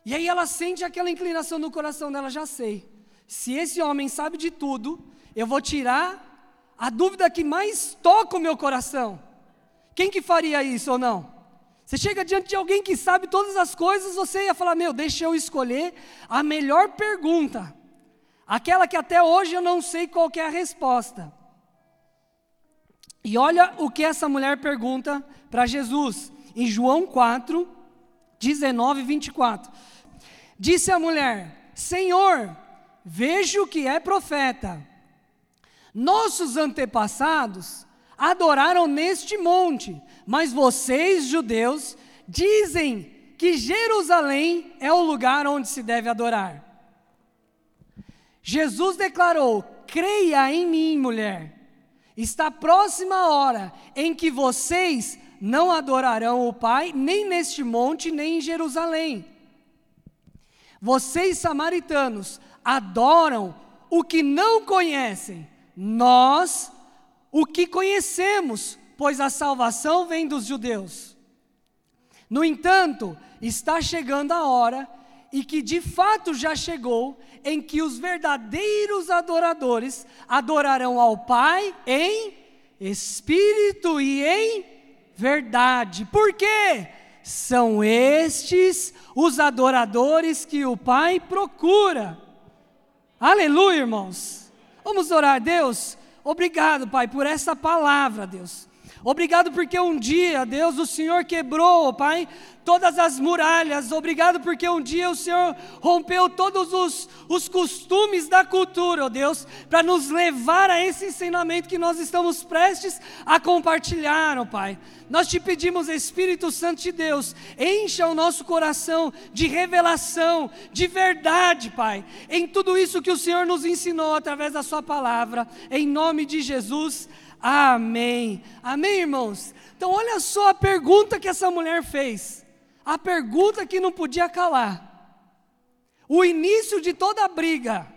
E aí ela sente aquela inclinação no coração dela, já sei. Se esse homem sabe de tudo, eu vou tirar a dúvida que mais toca o meu coração. Quem que faria isso ou não? Você chega diante de alguém que sabe todas as coisas, você ia falar, deixa eu escolher a melhor pergunta. Aquela que até hoje eu não sei qual que é a resposta. E olha o que essa mulher pergunta para Jesus. Em João 4, 19 e 24. Disse a mulher, Senhor, vejo que é profeta. Nossos antepassados adoraram neste monte, mas vocês, judeus, dizem que Jerusalém é o lugar onde se deve adorar. Jesus declarou, creia em mim, mulher. Está próxima a hora em que vocês não adorarão o Pai, nem neste monte, nem em Jerusalém. Vocês, samaritanos, adoram o que não conhecem. Nós, o que conhecemos, pois a salvação vem dos judeus. No entanto, está chegando a hora, e que de fato já chegou, em que os verdadeiros adoradores adorarão ao Pai em espírito e em verdade. Por quê? São estes os adoradores que o Pai procura. Aleluia, irmãos. Vamos orar a Deus. Obrigado, Pai, por essa palavra, Deus. Obrigado porque um dia, Deus, o Senhor quebrou, Pai, todas as muralhas. Obrigado porque um dia o Senhor rompeu todos os costumes da cultura, ó Deus, para nos levar a esse ensinamento que nós estamos prestes a compartilhar, ó Pai. Nós te pedimos, Espírito Santo de Deus, encha o nosso coração de revelação, de verdade, Pai, em tudo isso que o Senhor nos ensinou através da sua palavra, em nome de Jesus. Amém. Amém, irmãos? Então olha só a pergunta que essa mulher fez. A pergunta que não podia calar. O início de toda a briga.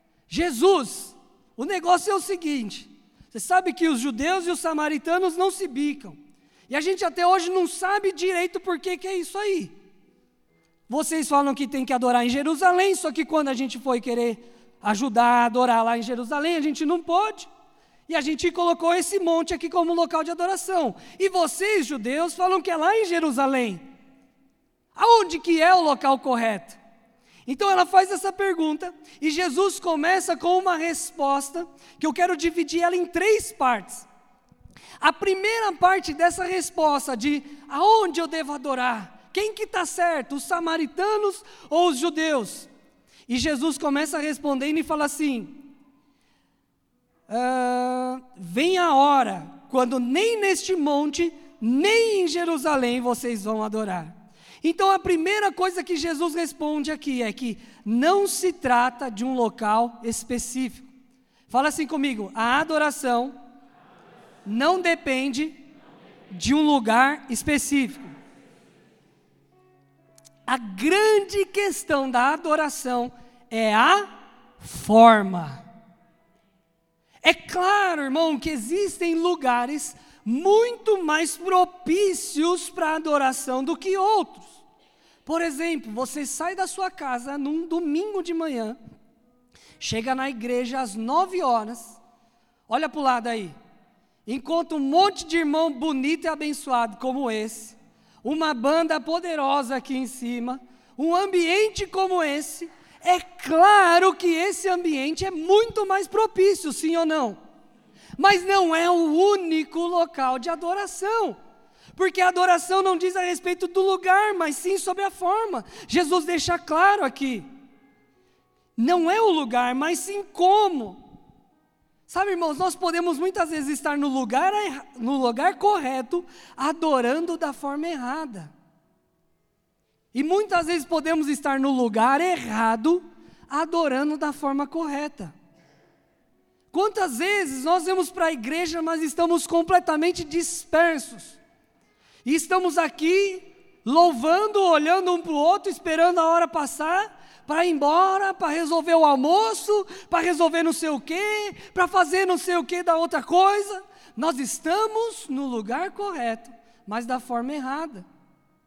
Jesus, o negócio é o seguinte. Você sabe que os judeus e os samaritanos não se bicam. E a gente até hoje não sabe direito por que é isso aí. Vocês falam que tem que adorar em Jerusalém, só que quando a gente foi querer ajudar a adorar lá em Jerusalém, a gente não pôde. E a gente colocou esse monte aqui como local de adoração. E vocês, judeus, falam que é lá em Jerusalém. Aonde que é o local correto? Então ela faz essa pergunta e Jesus começa com uma resposta que eu quero dividir ela em 3 partes. A primeira parte dessa resposta de aonde eu devo adorar? Quem que está certo, os samaritanos ou os judeus? E Jesus começa respondendo e fala assim, vem a hora, quando nem neste monte, nem em Jerusalém vocês vão adorar. Então a primeira coisa que Jesus responde aqui é que não se trata de um local específico. Fala assim comigo, a adoração não depende de um lugar específico. A grande questão da adoração é a forma. É claro, irmão, que existem lugares muito mais propícios para a adoração do que outros. Por exemplo, você sai da sua casa num domingo de manhã, chega na igreja às 9 horas, olha para o lado aí, encontra um monte de irmão bonito e abençoado como esse, uma banda poderosa aqui em cima, um ambiente como esse. É claro que esse ambiente é muito mais propício, sim ou não? Mas não é o único local de adoração, porque a adoração não diz a respeito do lugar, mas sim sobre a forma. Jesus deixa claro aqui, não é o lugar, mas sim como. Sabe, irmãos, nós podemos muitas vezes estar no lugar correto, adorando da forma errada. E muitas vezes podemos estar no lugar errado, adorando da forma correta. Quantas vezes nós vamos para a igreja, mas estamos completamente dispersos. E estamos aqui, louvando, olhando um para o outro, esperando a hora passar, para ir embora, para resolver o almoço, para resolver não sei o quê, para fazer não sei o quê da outra coisa. Nós estamos no lugar correto, mas da forma errada.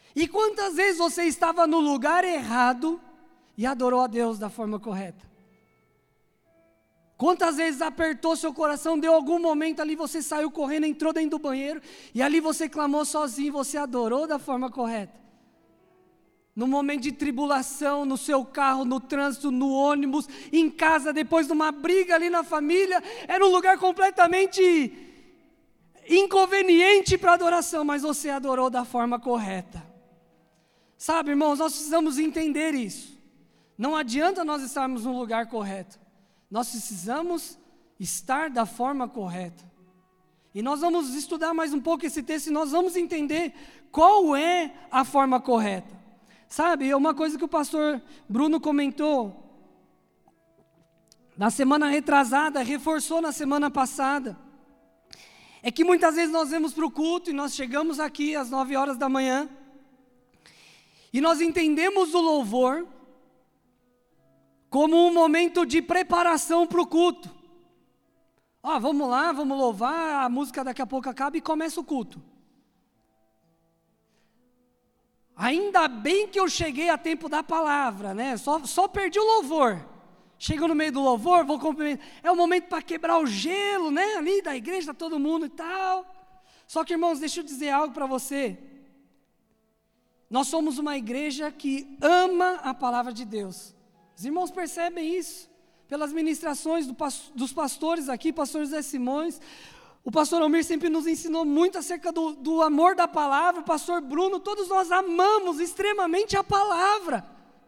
E quantas vezes você estava no lugar errado e adorou a Deus da forma correta? Quantas vezes apertou seu coração, deu algum momento ali, você saiu correndo, entrou dentro do banheiro, e ali você clamou sozinho, você adorou da forma correta? No momento de tribulação, no seu carro, no trânsito, no ônibus, em casa, depois de uma briga ali na família, era um lugar completamente inconveniente para adoração, mas você adorou da forma correta. Sabe, irmãos, nós precisamos entender isso. Não adianta nós estarmos no lugar correto. Nós precisamos estar da forma correta. E nós vamos estudar mais um pouco esse texto e nós vamos entender qual é a forma correta. Sabe, uma coisa que o pastor Bruno comentou na semana retrasada, reforçou na semana passada, é que muitas vezes nós vamos para o culto e nós chegamos aqui às 9 horas da manhã e nós entendemos o louvor como um momento de preparação para o culto. Vamos lá, vamos louvar, a música daqui a pouco acaba e começa o culto. Ainda bem que eu cheguei a tempo da palavra, né? Só perdi o louvor. Chego no meio do louvor, vou cumprimentar. É o momento para quebrar o gelo, né? Ali da igreja, todo mundo e tal. Só que, irmãos, deixa eu dizer algo para você. Nós somos uma igreja que ama a palavra de Deus. Os irmãos percebem isso pelas ministrações dos pastores aqui, pastor José Simões. O pastor Almir sempre nos ensinou muito acerca do amor da palavra. O pastor Bruno, todos nós amamos extremamente a palavra.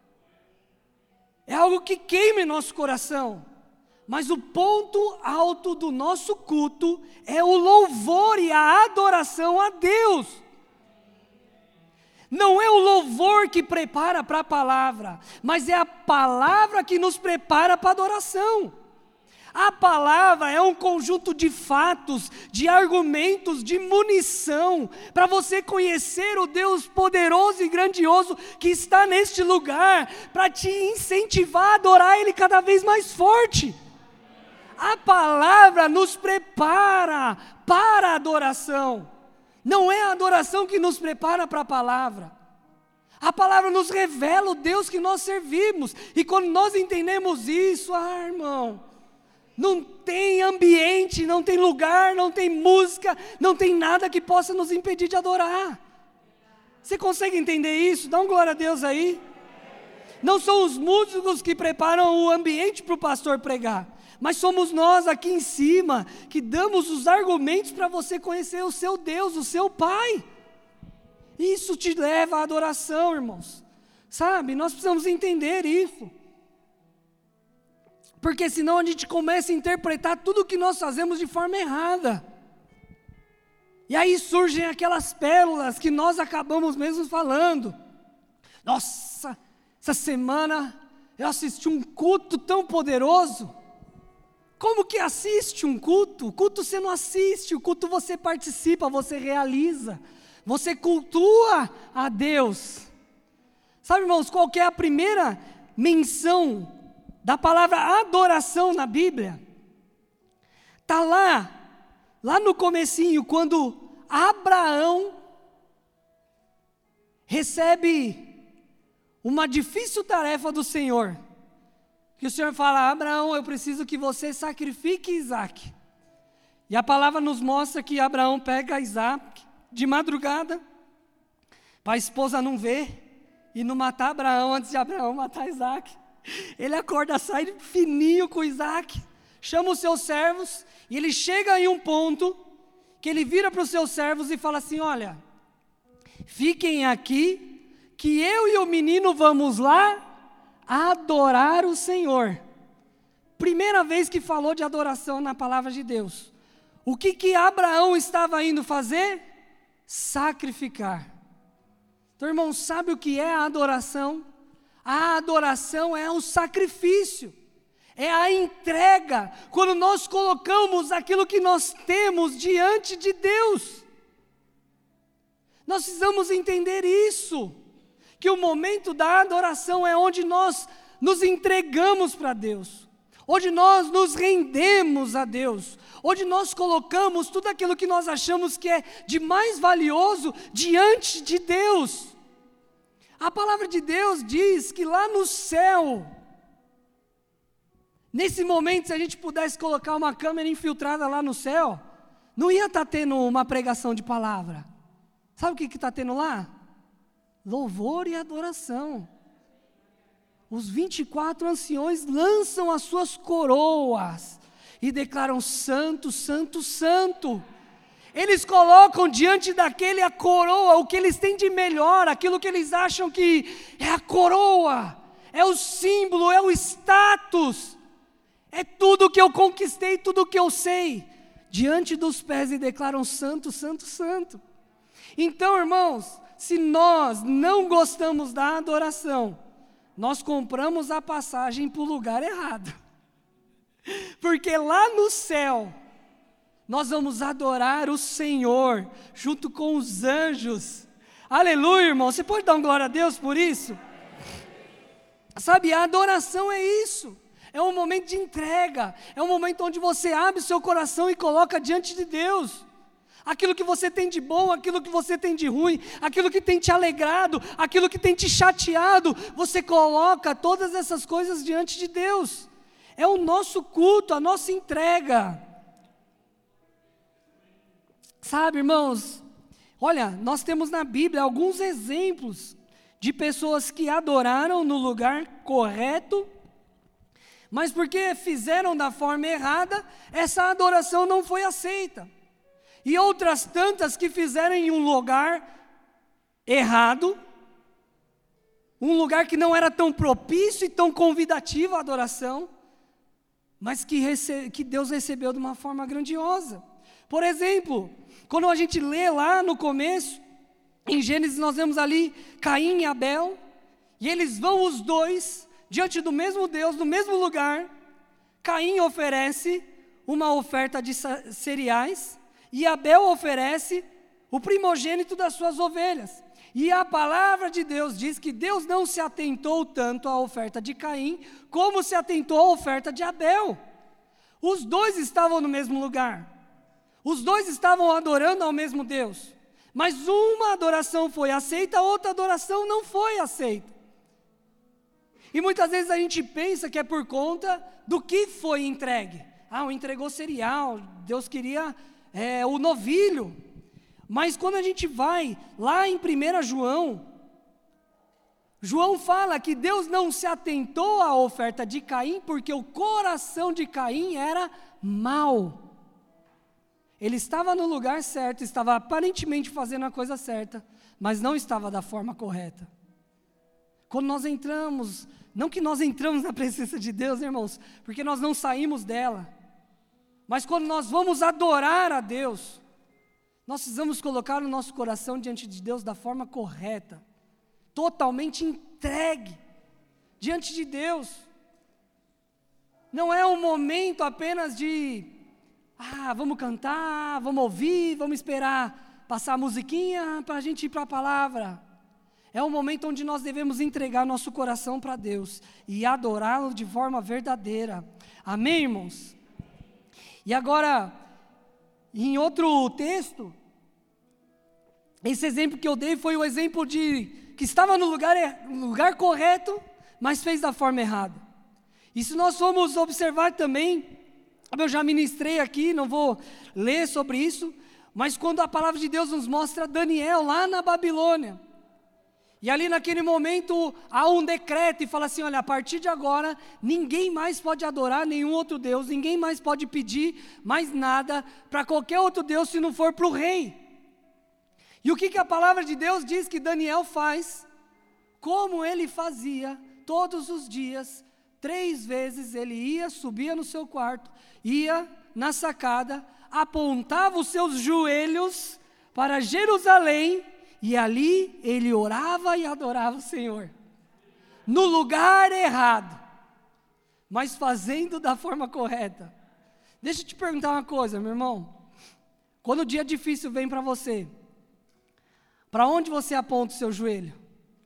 É algo que queima em nosso coração. Mas o ponto alto do nosso culto é o louvor e a adoração a Deus. Não é o louvor que prepara para a palavra, mas é a palavra que nos prepara para a adoração. A palavra é um conjunto de fatos, de argumentos, de munição, para você conhecer o Deus poderoso e grandioso que está neste lugar, para te incentivar a adorar Ele cada vez mais forte. A palavra nos prepara para a adoração, não é a adoração que nos prepara para a palavra. A palavra nos revela o Deus que nós servimos, e quando nós entendemos isso, irmão, não tem ambiente, não tem lugar, não tem música, não tem nada que possa nos impedir de adorar. Você consegue entender isso? Dá um glória a Deus aí. Não são os músicos que preparam o ambiente para o pastor pregar, mas somos nós aqui em cima que damos os argumentos para você conhecer o seu Deus, o seu Pai. Isso te leva à adoração, irmãos. Sabe, nós precisamos entender isso. Porque senão a gente começa a interpretar tudo o que nós fazemos de forma errada. E aí surgem aquelas pérolas que nós acabamos mesmo falando. Nossa, essa semana eu assisti um culto tão poderoso. Como que assiste um culto? O culto você não assiste, o culto você participa, você realiza. Você cultua a Deus. Sabe, irmãos, qual que é a primeira menção da palavra adoração na Bíblia? Está lá no comecinho, quando Abraão recebe uma difícil tarefa do Senhor. Que o Senhor fala: Abraão, eu preciso que você sacrifique Isaac. E a palavra nos mostra que Abraão pega Isaac de madrugada, para a esposa não ver e não matar Abraão antes de Abraão matar Isaac. Ele acorda, sai fininho com Isaac, chama os seus servos, e ele chega em um ponto, que ele vira para os seus servos e fala assim: olha, fiquem aqui, que eu e o menino vamos lá adorar o Senhor. Primeira vez que falou de adoração na palavra de Deus. O que Abraão estava indo fazer? Sacrificar. Então, irmão, sabe o que é a adoração? A adoração é o sacrifício, é a entrega, quando nós colocamos aquilo que nós temos diante de Deus. Nós precisamos entender isso, que o momento da adoração é onde nós nos entregamos para Deus, onde nós nos rendemos a Deus, onde nós colocamos tudo aquilo que nós achamos que é de mais valioso diante de Deus. A palavra de Deus diz que lá no céu, nesse momento, se a gente pudesse colocar uma câmera infiltrada lá no céu, não ia estar tendo uma pregação de palavra. Sabe o que está tendo lá? Louvor e adoração. Os 24 anciões lançam as suas coroas e declaram: Santo, Santo, Santo. Eles colocam diante daquele a coroa, o que eles têm de melhor, aquilo que eles acham que é a coroa, é o símbolo, é o status, é tudo que eu conquistei, tudo que eu sei, diante dos pés, e declaram: Santo, Santo, Santo. Então, irmãos, se nós não gostamos da adoração, nós compramos a passagem para o lugar errado. Porque lá no céu, nós vamos adorar o Senhor, junto com os anjos. Aleluia, irmão. Você pode dar um glória a Deus por isso? Sabe, a adoração é isso. É um momento de entrega. É um momento onde você abre o seu coração e coloca diante de Deus aquilo que você tem de bom, aquilo que você tem de ruim, aquilo que tem te alegrado, aquilo que tem te chateado. Você coloca todas essas coisas diante de Deus. É o nosso culto, a nossa entrega. Sabe, irmãos, olha, nós temos na Bíblia alguns exemplos de pessoas que adoraram no lugar correto, mas porque fizeram da forma errada, essa adoração não foi aceita. E outras tantas que fizeram em um lugar errado, um lugar que não era tão propício e tão convidativo à adoração, mas que Deus recebeu de uma forma grandiosa. Por exemplo, quando a gente lê lá no começo, em Gênesis nós vemos ali Caim e Abel, e eles vão os dois diante do mesmo Deus, no mesmo lugar. Caim oferece uma oferta de cereais, e Abel oferece o primogênito das suas ovelhas. E a palavra de Deus diz que Deus não se atentou tanto à oferta de Caim, como se atentou à oferta de Abel. Os dois estavam no mesmo lugar. Os dois estavam adorando ao mesmo Deus. Mas uma adoração foi aceita, a outra adoração não foi aceita. E muitas vezes a gente pensa que é por conta do que foi entregue. Entregou cereal, Deus queria o novilho. Mas quando a gente vai lá em 1 João, João fala que Deus não se atentou à oferta de Caim, porque o coração de Caim era mau. Ele estava no lugar certo, estava aparentemente fazendo a coisa certa, mas não estava da forma correta. Quando nós entramos, não que nós entramos na presença de Deus, irmãos, porque nós não saímos dela, mas quando nós vamos adorar a Deus, nós precisamos colocar o nosso coração diante de Deus da forma correta, totalmente entregue diante de Deus. Não é um momento apenas de, vamos cantar, vamos ouvir, vamos esperar passar a musiquinha para a gente ir para a palavra. É um momento onde nós devemos entregar nosso coração para Deus e adorá-lo de forma verdadeira. Amém, irmãos? E agora, em outro texto, esse exemplo que eu dei foi o exemplo de que estava no lugar correto, mas fez da forma errada. E se nós formos observar também, eu já ministrei aqui, não vou ler sobre isso, mas quando a palavra de Deus nos mostra Daniel lá na Babilônia, e ali naquele momento há um decreto e fala assim: olha, a partir de agora ninguém mais pode adorar nenhum outro Deus, ninguém mais pode pedir mais nada para qualquer outro Deus se não for para o rei. E o que a palavra de Deus diz que Daniel faz? Como ele fazia todos os dias, 3 vezes ele ia, subia no seu quarto, ia na sacada, apontava os seus joelhos para Jerusalém, e ali ele orava e adorava o Senhor, no lugar errado, mas fazendo da forma correta. Deixa eu te perguntar uma coisa, meu irmão. Quando o dia difícil vem para você, para onde você aponta o seu joelho?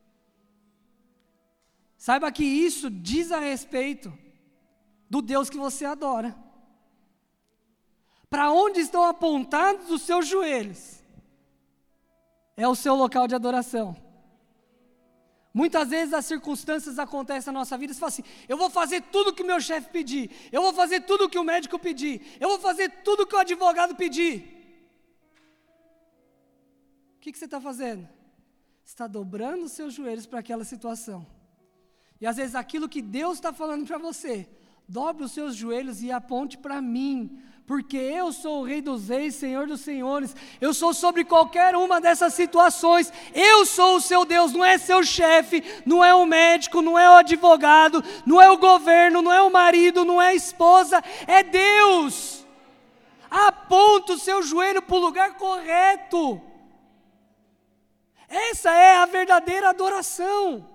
Saiba que isso diz a respeito do Deus que você adora. Para onde estão apontados os seus joelhos? É o seu local de adoração. Muitas vezes as circunstâncias acontecem na nossa vida, você fala assim, eu vou fazer tudo que o meu chefe pedir, eu vou fazer tudo que o médico pedir, eu vou fazer tudo que o advogado pedir. O que você está fazendo? Você está dobrando os seus joelhos para aquela situação. E às vezes aquilo que Deus está falando para você, dobre os seus joelhos e aponte para mim, porque eu sou o Rei dos Reis, Senhor dos Senhores, eu sou sobre qualquer uma dessas situações, eu sou o seu Deus, não é seu chefe, não é o médico, não é o advogado, não é o governo, não é o marido, não é a esposa, é Deus. Aponta o seu joelho para o lugar correto. Essa é a verdadeira adoração.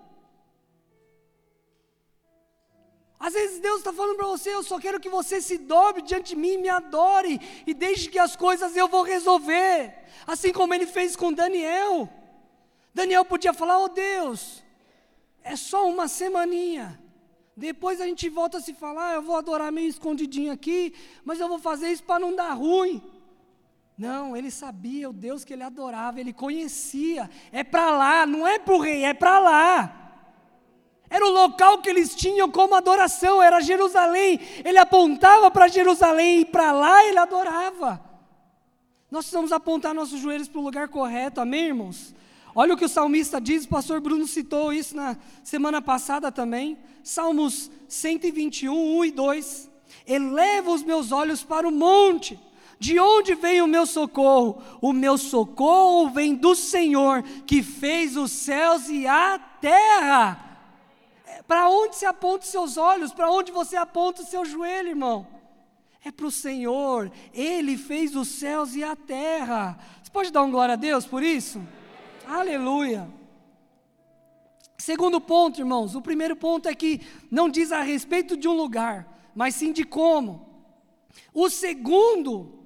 Às vezes Deus está falando para você, eu só quero que você se dobre diante de mim, me adore, e deixe que as coisas eu vou resolver. Assim como Ele fez com Daniel. Daniel podia falar, oh Deus, é só uma semaninha. Depois a gente volta a se falar, eu vou adorar meio escondidinho aqui, mas eu vou fazer isso para não dar ruim. Não, ele sabia o Deus que ele adorava, ele conhecia. É para lá, não é para o rei, é para lá. Era o local que eles tinham como adoração, era Jerusalém. Ele apontava para Jerusalém e para lá ele adorava. Nós precisamos apontar nossos joelhos para o lugar correto, amém, irmãos? Olha o que o salmista diz, o pastor Bruno citou isso na semana passada também. Salmos 121, 1 e 2. Eleva os meus olhos para o monte. De onde vem o meu socorro? O meu socorro vem do Senhor, que fez os céus e a terra. Para onde você aponta os seus olhos? Para onde você aponta o seu joelho, irmão? É para o Senhor. Ele fez os céus e a terra. Você pode dar um glória a Deus por isso? Aleluia. Segundo ponto, irmãos. O primeiro ponto é que não diz a respeito de um lugar, mas sim de como. O segundo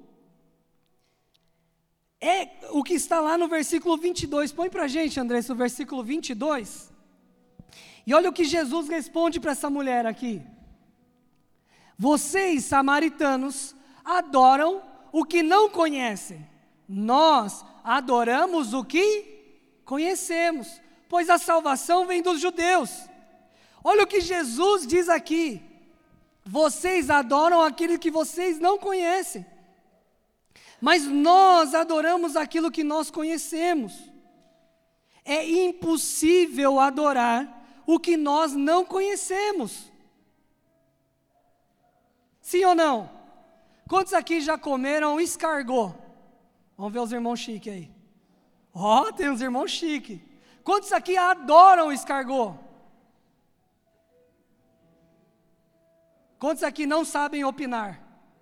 é o que está lá no versículo 22. Põe para a gente, André, esse versículo 22. E olha o que Jesus responde para essa mulher aqui. Vocês, samaritanos, adoram o que não conhecem. Nós adoramos o que conhecemos, pois a salvação vem dos judeus. Olha o que Jesus diz aqui. Vocês adoram aquilo que vocês não conhecem. Mas nós adoramos aquilo que nós conhecemos. É impossível adorar o que nós não conhecemos. Sim ou não? Quantos aqui já comeram escargot? Vamos ver os irmãos chiques aí. Ó, tem uns irmãos chiques. Quantos aqui adoram escargot? Quantos aqui não sabem opinar?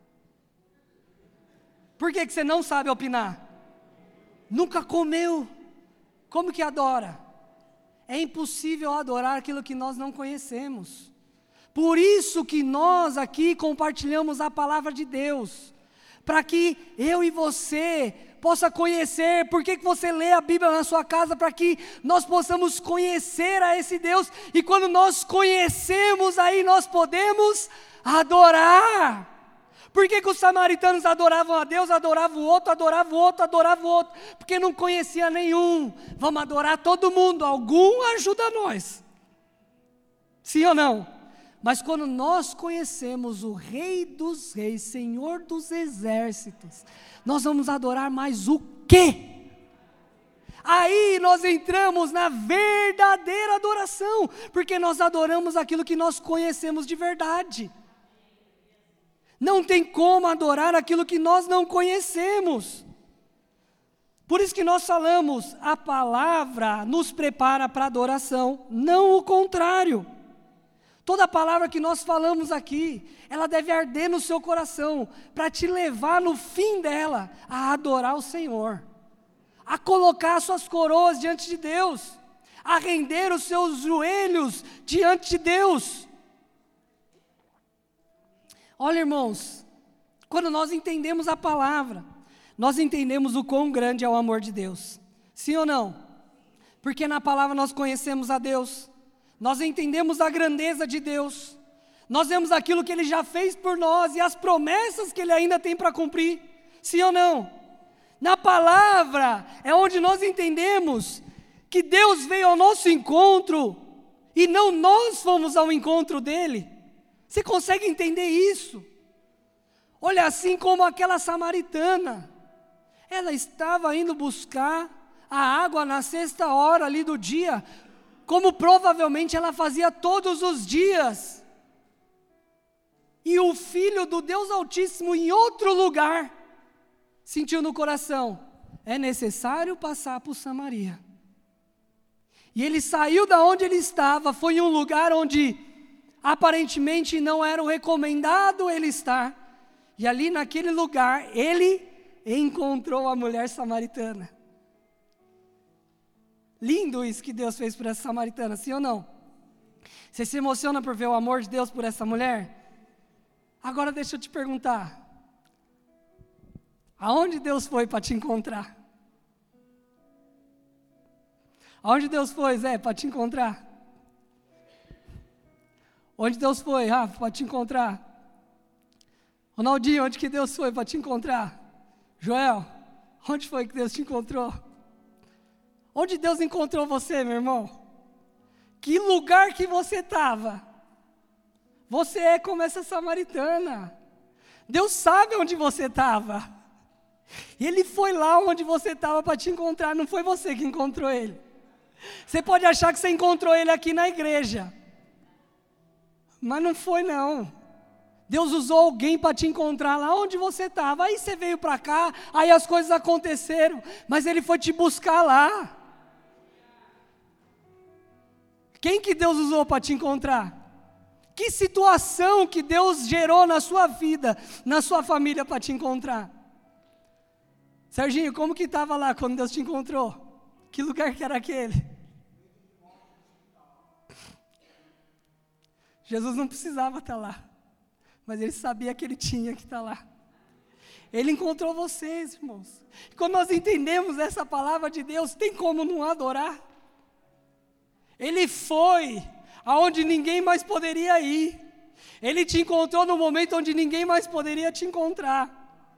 Por que você não sabe opinar? Nunca comeu. Como que adora? É impossível adorar aquilo que nós não conhecemos. Por isso que nós aqui compartilhamos a palavra de Deus, para que eu e você possa conhecer. Por que você lê a Bíblia na sua casa? Para que nós possamos conhecer a esse Deus, e quando nós conhecemos, aí nós podemos adorar. Por que os samaritanos adoravam a Deus, adoravam o outro, adoravam o outro, adoravam o outro? Porque não conhecia nenhum. Vamos adorar todo mundo, algum ajuda nós. Sim ou não? Mas quando nós conhecemos o Rei dos Reis, Senhor dos Exércitos, nós vamos adorar mais o quê? Aí nós entramos na verdadeira adoração, porque nós adoramos aquilo que nós conhecemos de verdade. Não tem como adorar aquilo que nós não conhecemos. Por isso que nós falamos, a palavra nos prepara para a adoração, não o contrário. Toda palavra que nós falamos aqui, ela deve arder no seu coração, para te levar no fim dela a adorar o Senhor, a colocar suas coroas diante de Deus, a render os seus joelhos diante de Deus. Olha, irmãos, quando nós entendemos a palavra, nós entendemos o quão grande é o amor de Deus. Sim ou não? Porque na palavra nós conhecemos a Deus, nós entendemos a grandeza de Deus, nós vemos aquilo que Ele já fez por nós e as promessas que Ele ainda tem para cumprir. Sim ou não? Na palavra é onde nós entendemos que Deus veio ao nosso encontro e não nós fomos ao encontro dele. Você consegue entender isso? Olha, assim como aquela samaritana, ela estava indo buscar a água na 6ª hora ali do dia, como provavelmente ela fazia todos os dias. E o Filho do Deus Altíssimo, em outro lugar, sentiu no coração: é necessário passar por Samaria. E ele saiu da onde ele estava, foi em um lugar onde aparentemente não era o recomendado ele estar. E ali naquele lugar, ele encontrou a mulher samaritana. Lindo isso que Deus fez por essa samaritana, sim ou não? Você se emociona por ver o amor de Deus por essa mulher? Agora deixa eu te perguntar, aonde Deus foi para te encontrar? Aonde Deus foi, Zé, para te encontrar? Onde Deus foi, Rafa, para te encontrar? Ronaldinho, onde que Deus foi para te encontrar? Joel, onde foi que Deus te encontrou? Onde Deus encontrou você, meu irmão? Que lugar que você estava? Você é como essa samaritana. Deus sabe onde você estava. Ele foi lá onde você estava para te encontrar, não foi você que encontrou Ele. Você pode achar que você encontrou Ele aqui na igreja, mas não foi não. Deus usou alguém para te encontrar lá onde você estava. Aí você veio para cá, aí as coisas aconteceram, mas Ele foi te buscar lá. Quem que Deus usou para te encontrar? Que situação que Deus gerou na sua vida, na sua família para te encontrar? Serginho, como que estava lá quando Deus te encontrou? Que lugar que era aquele? Jesus não precisava estar lá, mas Ele sabia que Ele tinha que estar lá. Ele encontrou vocês, irmãos. E quando nós entendemos essa palavra de Deus, tem como não adorar? Ele foi aonde ninguém mais poderia ir. Ele te encontrou no momento onde ninguém mais poderia te encontrar.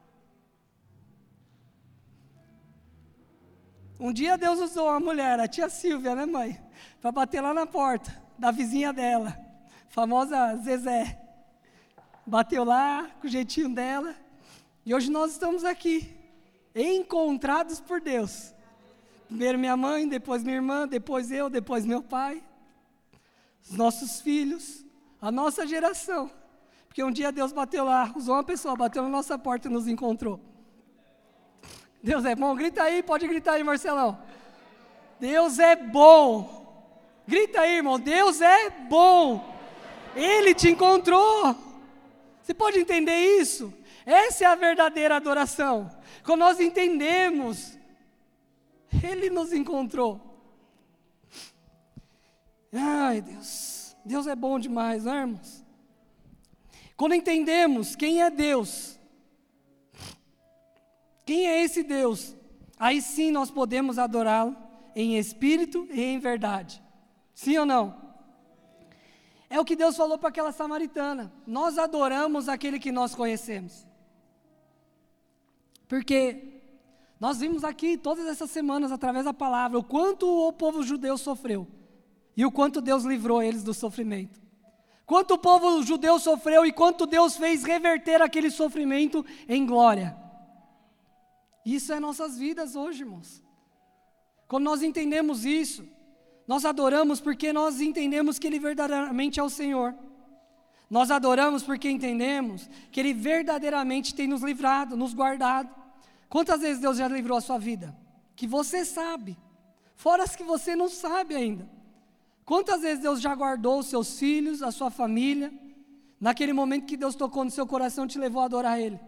Um dia Deus usou uma mulher, a tia Silvia, né, mãe? Para bater lá na porta da vizinha dela, famosa Zezé. Bateu lá, com o jeitinho dela. E hoje nós estamos aqui, encontrados por Deus. Primeiro minha mãe, depois minha irmã, depois eu, depois meu pai. Os nossos filhos, a nossa geração. Porque um dia Deus bateu lá, usou uma pessoa, bateu na nossa porta e nos encontrou. Deus é bom, grita aí, pode gritar aí, Marcelão. Deus é bom. Grita aí, irmão, Deus é bom. Ele te encontrou. Você pode entender isso? Essa é a verdadeira adoração. Quando nós entendemos, Ele nos encontrou. Ai, Deus, Deus é bom demais, não é, irmãos? Quando entendemos quem é Deus, quem é esse Deus, aí sim nós podemos adorá-lo em espírito e em verdade. Sim ou não? É o que Deus falou para aquela samaritana. Nós adoramos aquele que nós conhecemos. Porque nós vimos aqui todas essas semanas, através da palavra, o quanto o povo judeu sofreu. E o quanto Deus livrou eles do sofrimento. Quanto o povo judeu sofreu e quanto Deus fez reverter aquele sofrimento em glória. Isso é nossas vidas hoje, irmãos. Quando nós entendemos isso, nós adoramos porque nós entendemos que Ele verdadeiramente é o Senhor. Nós adoramos porque entendemos que Ele verdadeiramente tem nos livrado, nos guardado. Quantas vezes Deus já livrou a sua vida? Que você sabe, fora as que você não sabe ainda. Quantas vezes Deus já guardou os seus filhos, a sua família, naquele momento que Deus tocou no seu coração e te levou a adorar Ele?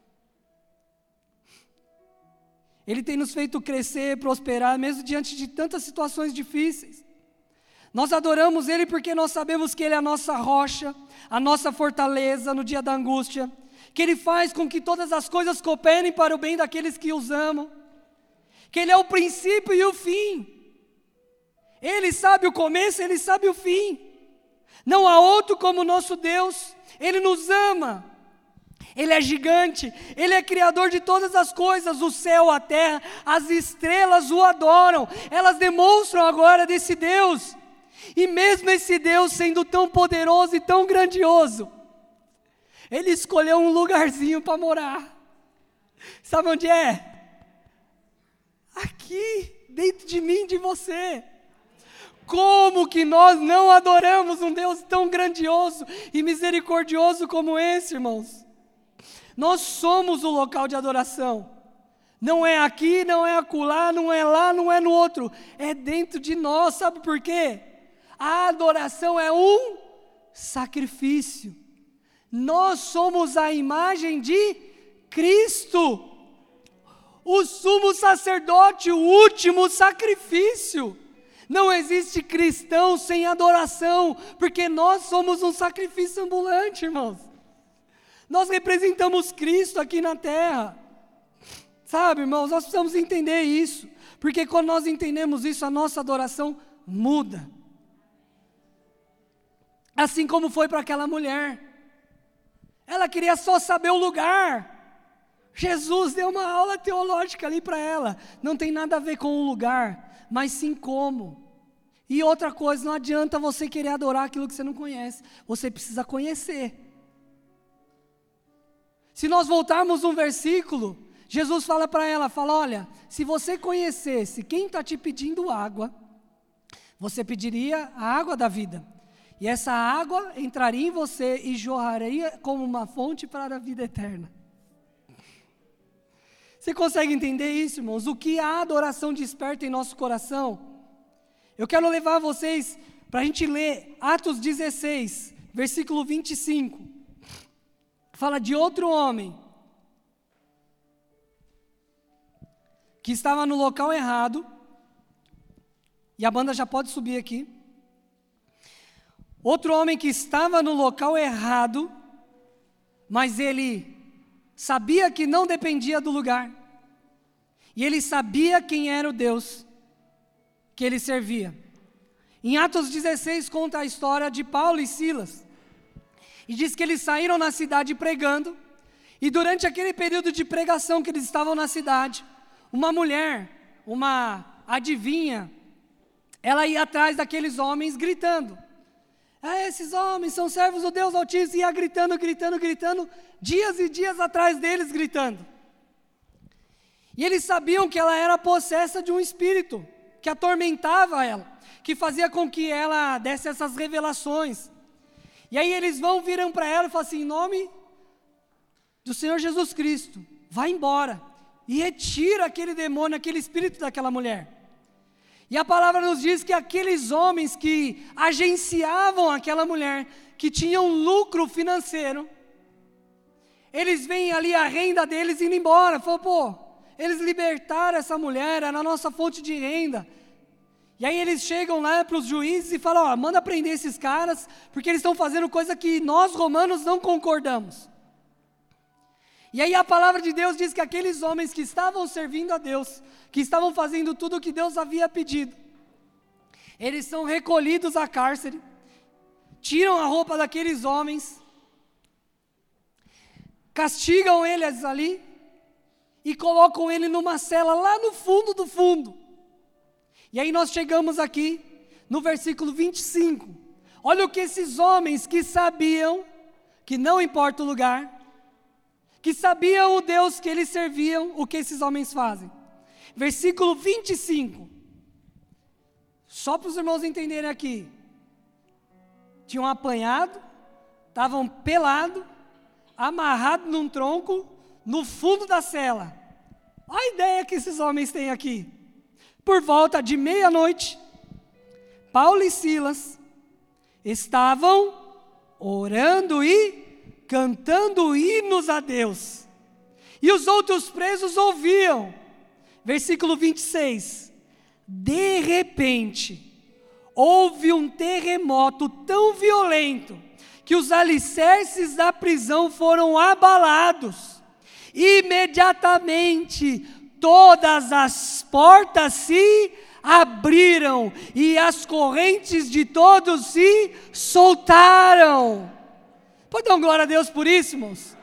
Ele tem nos feito crescer, prosperar, mesmo diante de tantas situações difíceis. Nós adoramos Ele porque nós sabemos que Ele é a nossa rocha, a nossa fortaleza no dia da angústia, que Ele faz com que todas as coisas cooperem para o bem daqueles que os amam, que Ele é o princípio e o fim. Ele sabe o começo, Ele sabe o fim. Não há outro como o nosso Deus. Ele nos ama. Ele é gigante, Ele é criador de todas as coisas, o céu, a terra, as estrelas o adoram, elas demonstram agora desse Deus. E mesmo esse Deus sendo tão poderoso e tão grandioso, Ele escolheu um lugarzinho para morar. Sabe onde é? Aqui, dentro de mim e de você. Como que nós não adoramos um Deus tão grandioso e misericordioso como esse, irmãos? Nós somos o local de adoração. Não é aqui, não é acolá, não é lá, não é no outro. É dentro de nós, sabe por quê? A adoração é um sacrifício. Nós somos a imagem de Cristo. O sumo sacerdote, o último sacrifício. Não existe cristão sem adoração, porque nós somos um sacrifício ambulante, irmãos. Nós representamos Cristo aqui na terra. Sabe, irmãos, nós precisamos entender isso, porque quando nós entendemos isso, a nossa adoração muda. Assim como foi para aquela mulher. Ela queria só saber o lugar. Jesus deu uma aula teológica ali para ela. Não tem nada a ver com o lugar, mas sim como. E outra coisa, não adianta você querer adorar aquilo que você não conhece. Você precisa conhecer. Se nós voltarmos um versículo, Jesus fala para ela, olha, se você conhecesse quem está te pedindo água, você pediria a água da vida. E essa água entraria em você e jorraria como uma fonte para a vida eterna. Você consegue entender isso, irmãos? O que a adoração desperta em nosso coração? Eu quero levar vocês para a gente ler Atos 16, versículo 25. Fala de outro homem que estava no local errado. E a banda já pode subir aqui. Outro homem que estava no local errado, mas ele sabia que não dependia do lugar. E ele sabia quem era o Deus que ele servia. Em Atos 16 conta a história de Paulo e Silas. E diz que eles saíram na cidade pregando, e durante aquele período de pregação que eles estavam na cidade, uma mulher, uma adivinha, ela ia atrás daqueles homens gritando. Esses homens são servos do Deus Altíssimo, e ia gritando, dias e dias atrás deles gritando. E eles sabiam que ela era possessa de um espírito, que atormentava ela, que fazia com que ela desse essas revelações. E aí eles viram para ela e falam assim, em nome do Senhor Jesus Cristo, vai embora e retira aquele demônio, aquele espírito daquela mulher. E a palavra nos diz que aqueles homens que agenciavam aquela mulher, que tinham lucro financeiro, eles veem ali a renda deles indo embora, falam, eles libertaram essa mulher, era a nossa fonte de renda. E aí eles chegam lá para os juízes e falam, manda prender esses caras, porque eles estão fazendo coisa que nós romanos não concordamos. E aí a palavra de Deus diz que aqueles homens que estavam servindo a Deus, que estavam fazendo tudo o que Deus havia pedido, eles são recolhidos à cárcere, tiram a roupa daqueles homens, castigam eles ali, e colocam ele numa cela lá no fundo do fundo. E aí nós chegamos aqui no versículo 25. Olha o que esses homens que sabiam que não importa o lugar, que sabiam o Deus que eles serviam, o que esses homens fazem. Versículo 25. Só para os irmãos entenderem aqui. Tinham apanhado, estavam pelados, amarrados num tronco, no fundo da cela. Olha a ideia que esses homens têm aqui. Por volta de meia-noite, Paulo e Silas estavam orando e cantando hinos a Deus. E os outros presos ouviam. Versículo 26. De repente, houve um terremoto tão violento que os alicerces da prisão foram abalados. Imediatamente, todas as portas se abriram e as correntes de todos se soltaram. Pode dar glória a Deus por isso, irmãos?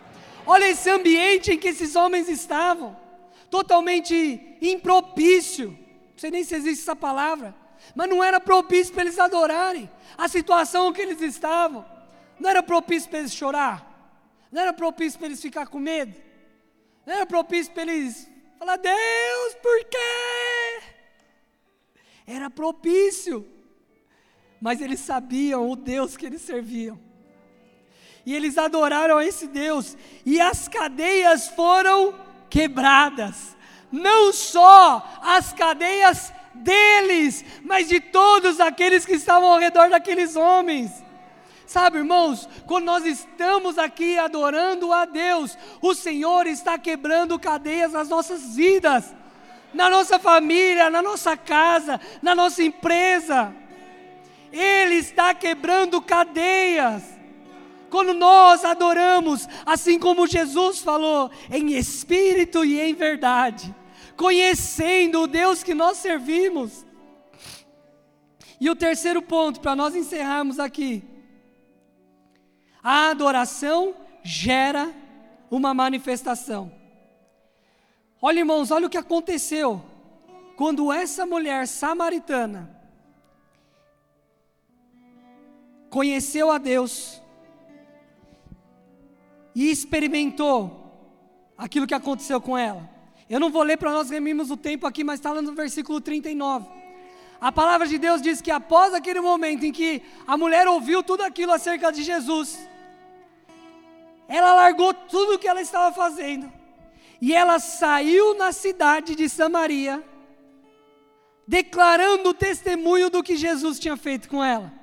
Olha esse ambiente em que esses homens estavam, totalmente impropício. Não sei nem se existe essa palavra, mas não era propício para eles adorarem. A situação que eles estavam, não era propício para eles chorar, não era propício para eles ficar com medo, não era propício para eles falar, Deus, por quê? Era propício, mas eles sabiam o Deus que eles serviam. E eles adoraram a esse Deus, e as cadeias foram quebradas. Não só as cadeias deles, mas de todos aqueles que estavam ao redor daqueles homens. Sabe, irmãos, quando nós estamos aqui adorando a Deus, o Senhor está quebrando cadeias nas nossas vidas, na nossa família, na nossa casa, na nossa empresa. Ele está quebrando cadeias. Quando nós adoramos, assim como Jesus falou, em espírito e em verdade, conhecendo o Deus que nós servimos. E o terceiro ponto, para nós encerrarmos aqui, a adoração gera uma manifestação. Olha, irmãos, olha o que aconteceu quando essa mulher samaritana conheceu a Deus e experimentou aquilo que aconteceu com ela. Eu não vou ler para nós remirmos o tempo aqui, mas está lá no versículo 39. A palavra de Deus diz que após aquele momento em que a mulher ouviu tudo aquilo acerca de Jesus, ela largou tudo o que ela estava fazendo, e ela saiu na cidade de Samaria, declarando o testemunho do que Jesus tinha feito com ela.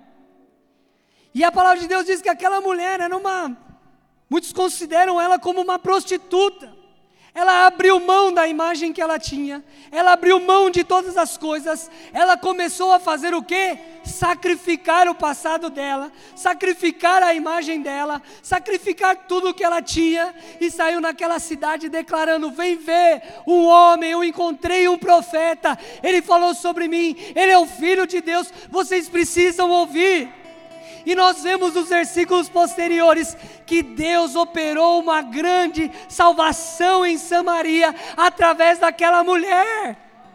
E a palavra de Deus diz que aquela mulher era muitos consideram ela como uma prostituta. Ela abriu mão da imagem que ela tinha, ela abriu mão de todas as coisas, ela começou a fazer o quê? Sacrificar o passado dela, sacrificar a imagem dela, sacrificar tudo o que ela tinha, e saiu naquela cidade declarando, vem ver um homem, eu encontrei um profeta, ele falou sobre mim, ele é o Filho de Deus, vocês precisam ouvir. E nós vemos nos versículos posteriores que Deus operou uma grande salvação em Samaria através daquela mulher.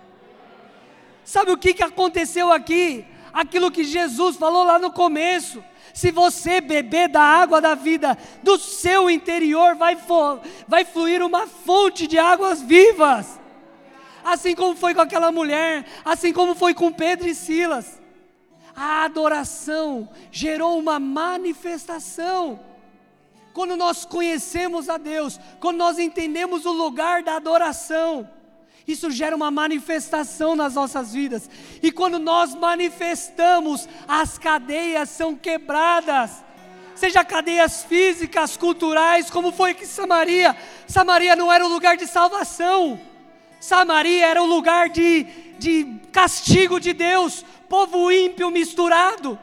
Sabe o que aconteceu aqui? Aquilo que Jesus falou lá no começo. Se você beber da água da vida, do seu interior vai fluir uma fonte de águas vivas. Assim como foi com aquela mulher, assim como foi com Pedro e Silas. A adoração gerou uma manifestação. Quando nós conhecemos a Deus, quando nós entendemos o lugar da adoração, isso gera uma manifestação nas nossas vidas. E quando nós manifestamos, as cadeias são quebradas. Seja cadeias físicas, culturais, como foi que Samaria. Samaria não era um lugar de salvação. Samaria era um lugar de castigo de Deus. Povo ímpio misturado.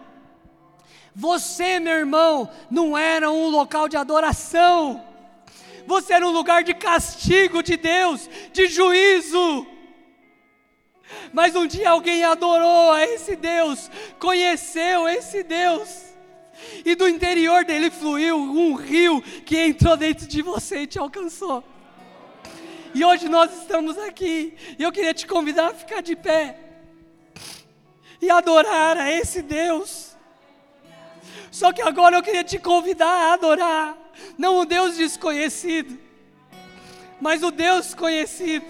Você, meu irmão, não era um local de adoração. Você era um lugar de castigo de Deus, de juízo. Mas um dia alguém adorou a esse Deus, conheceu esse Deus, e do interior dele fluiu um rio que entrou dentro de você e te alcançou. E hoje nós estamos aqui, e eu queria te convidar a ficar de pé e adorar a esse Deus. Só que agora eu queria te convidar a adorar, não o Deus desconhecido, mas o Deus conhecido.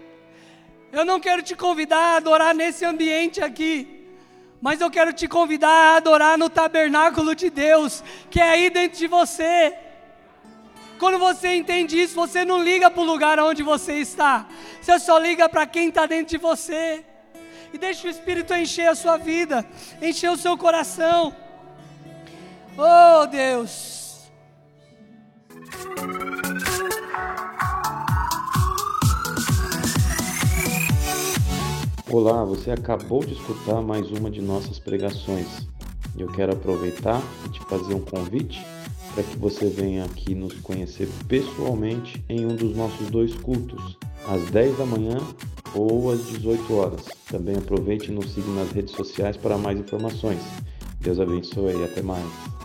Eu não quero te convidar a adorar nesse ambiente aqui, mas eu quero te convidar a adorar no tabernáculo de Deus, que é aí dentro de você. Quando você entende isso, você não liga para o lugar onde você está, você só liga para quem está dentro de você. E deixa o Espírito encher a sua vida, encher o seu coração. Oh Deus. Olá, você acabou de escutar mais uma de nossas pregações. Eu quero aproveitar e te fazer um convite para que você venha aqui nos conhecer pessoalmente em um dos nossos 2 cultos, às 10 da manhã ou às 18 horas. Também aproveite e nos siga nas redes sociais para mais informações. Deus abençoe e até mais.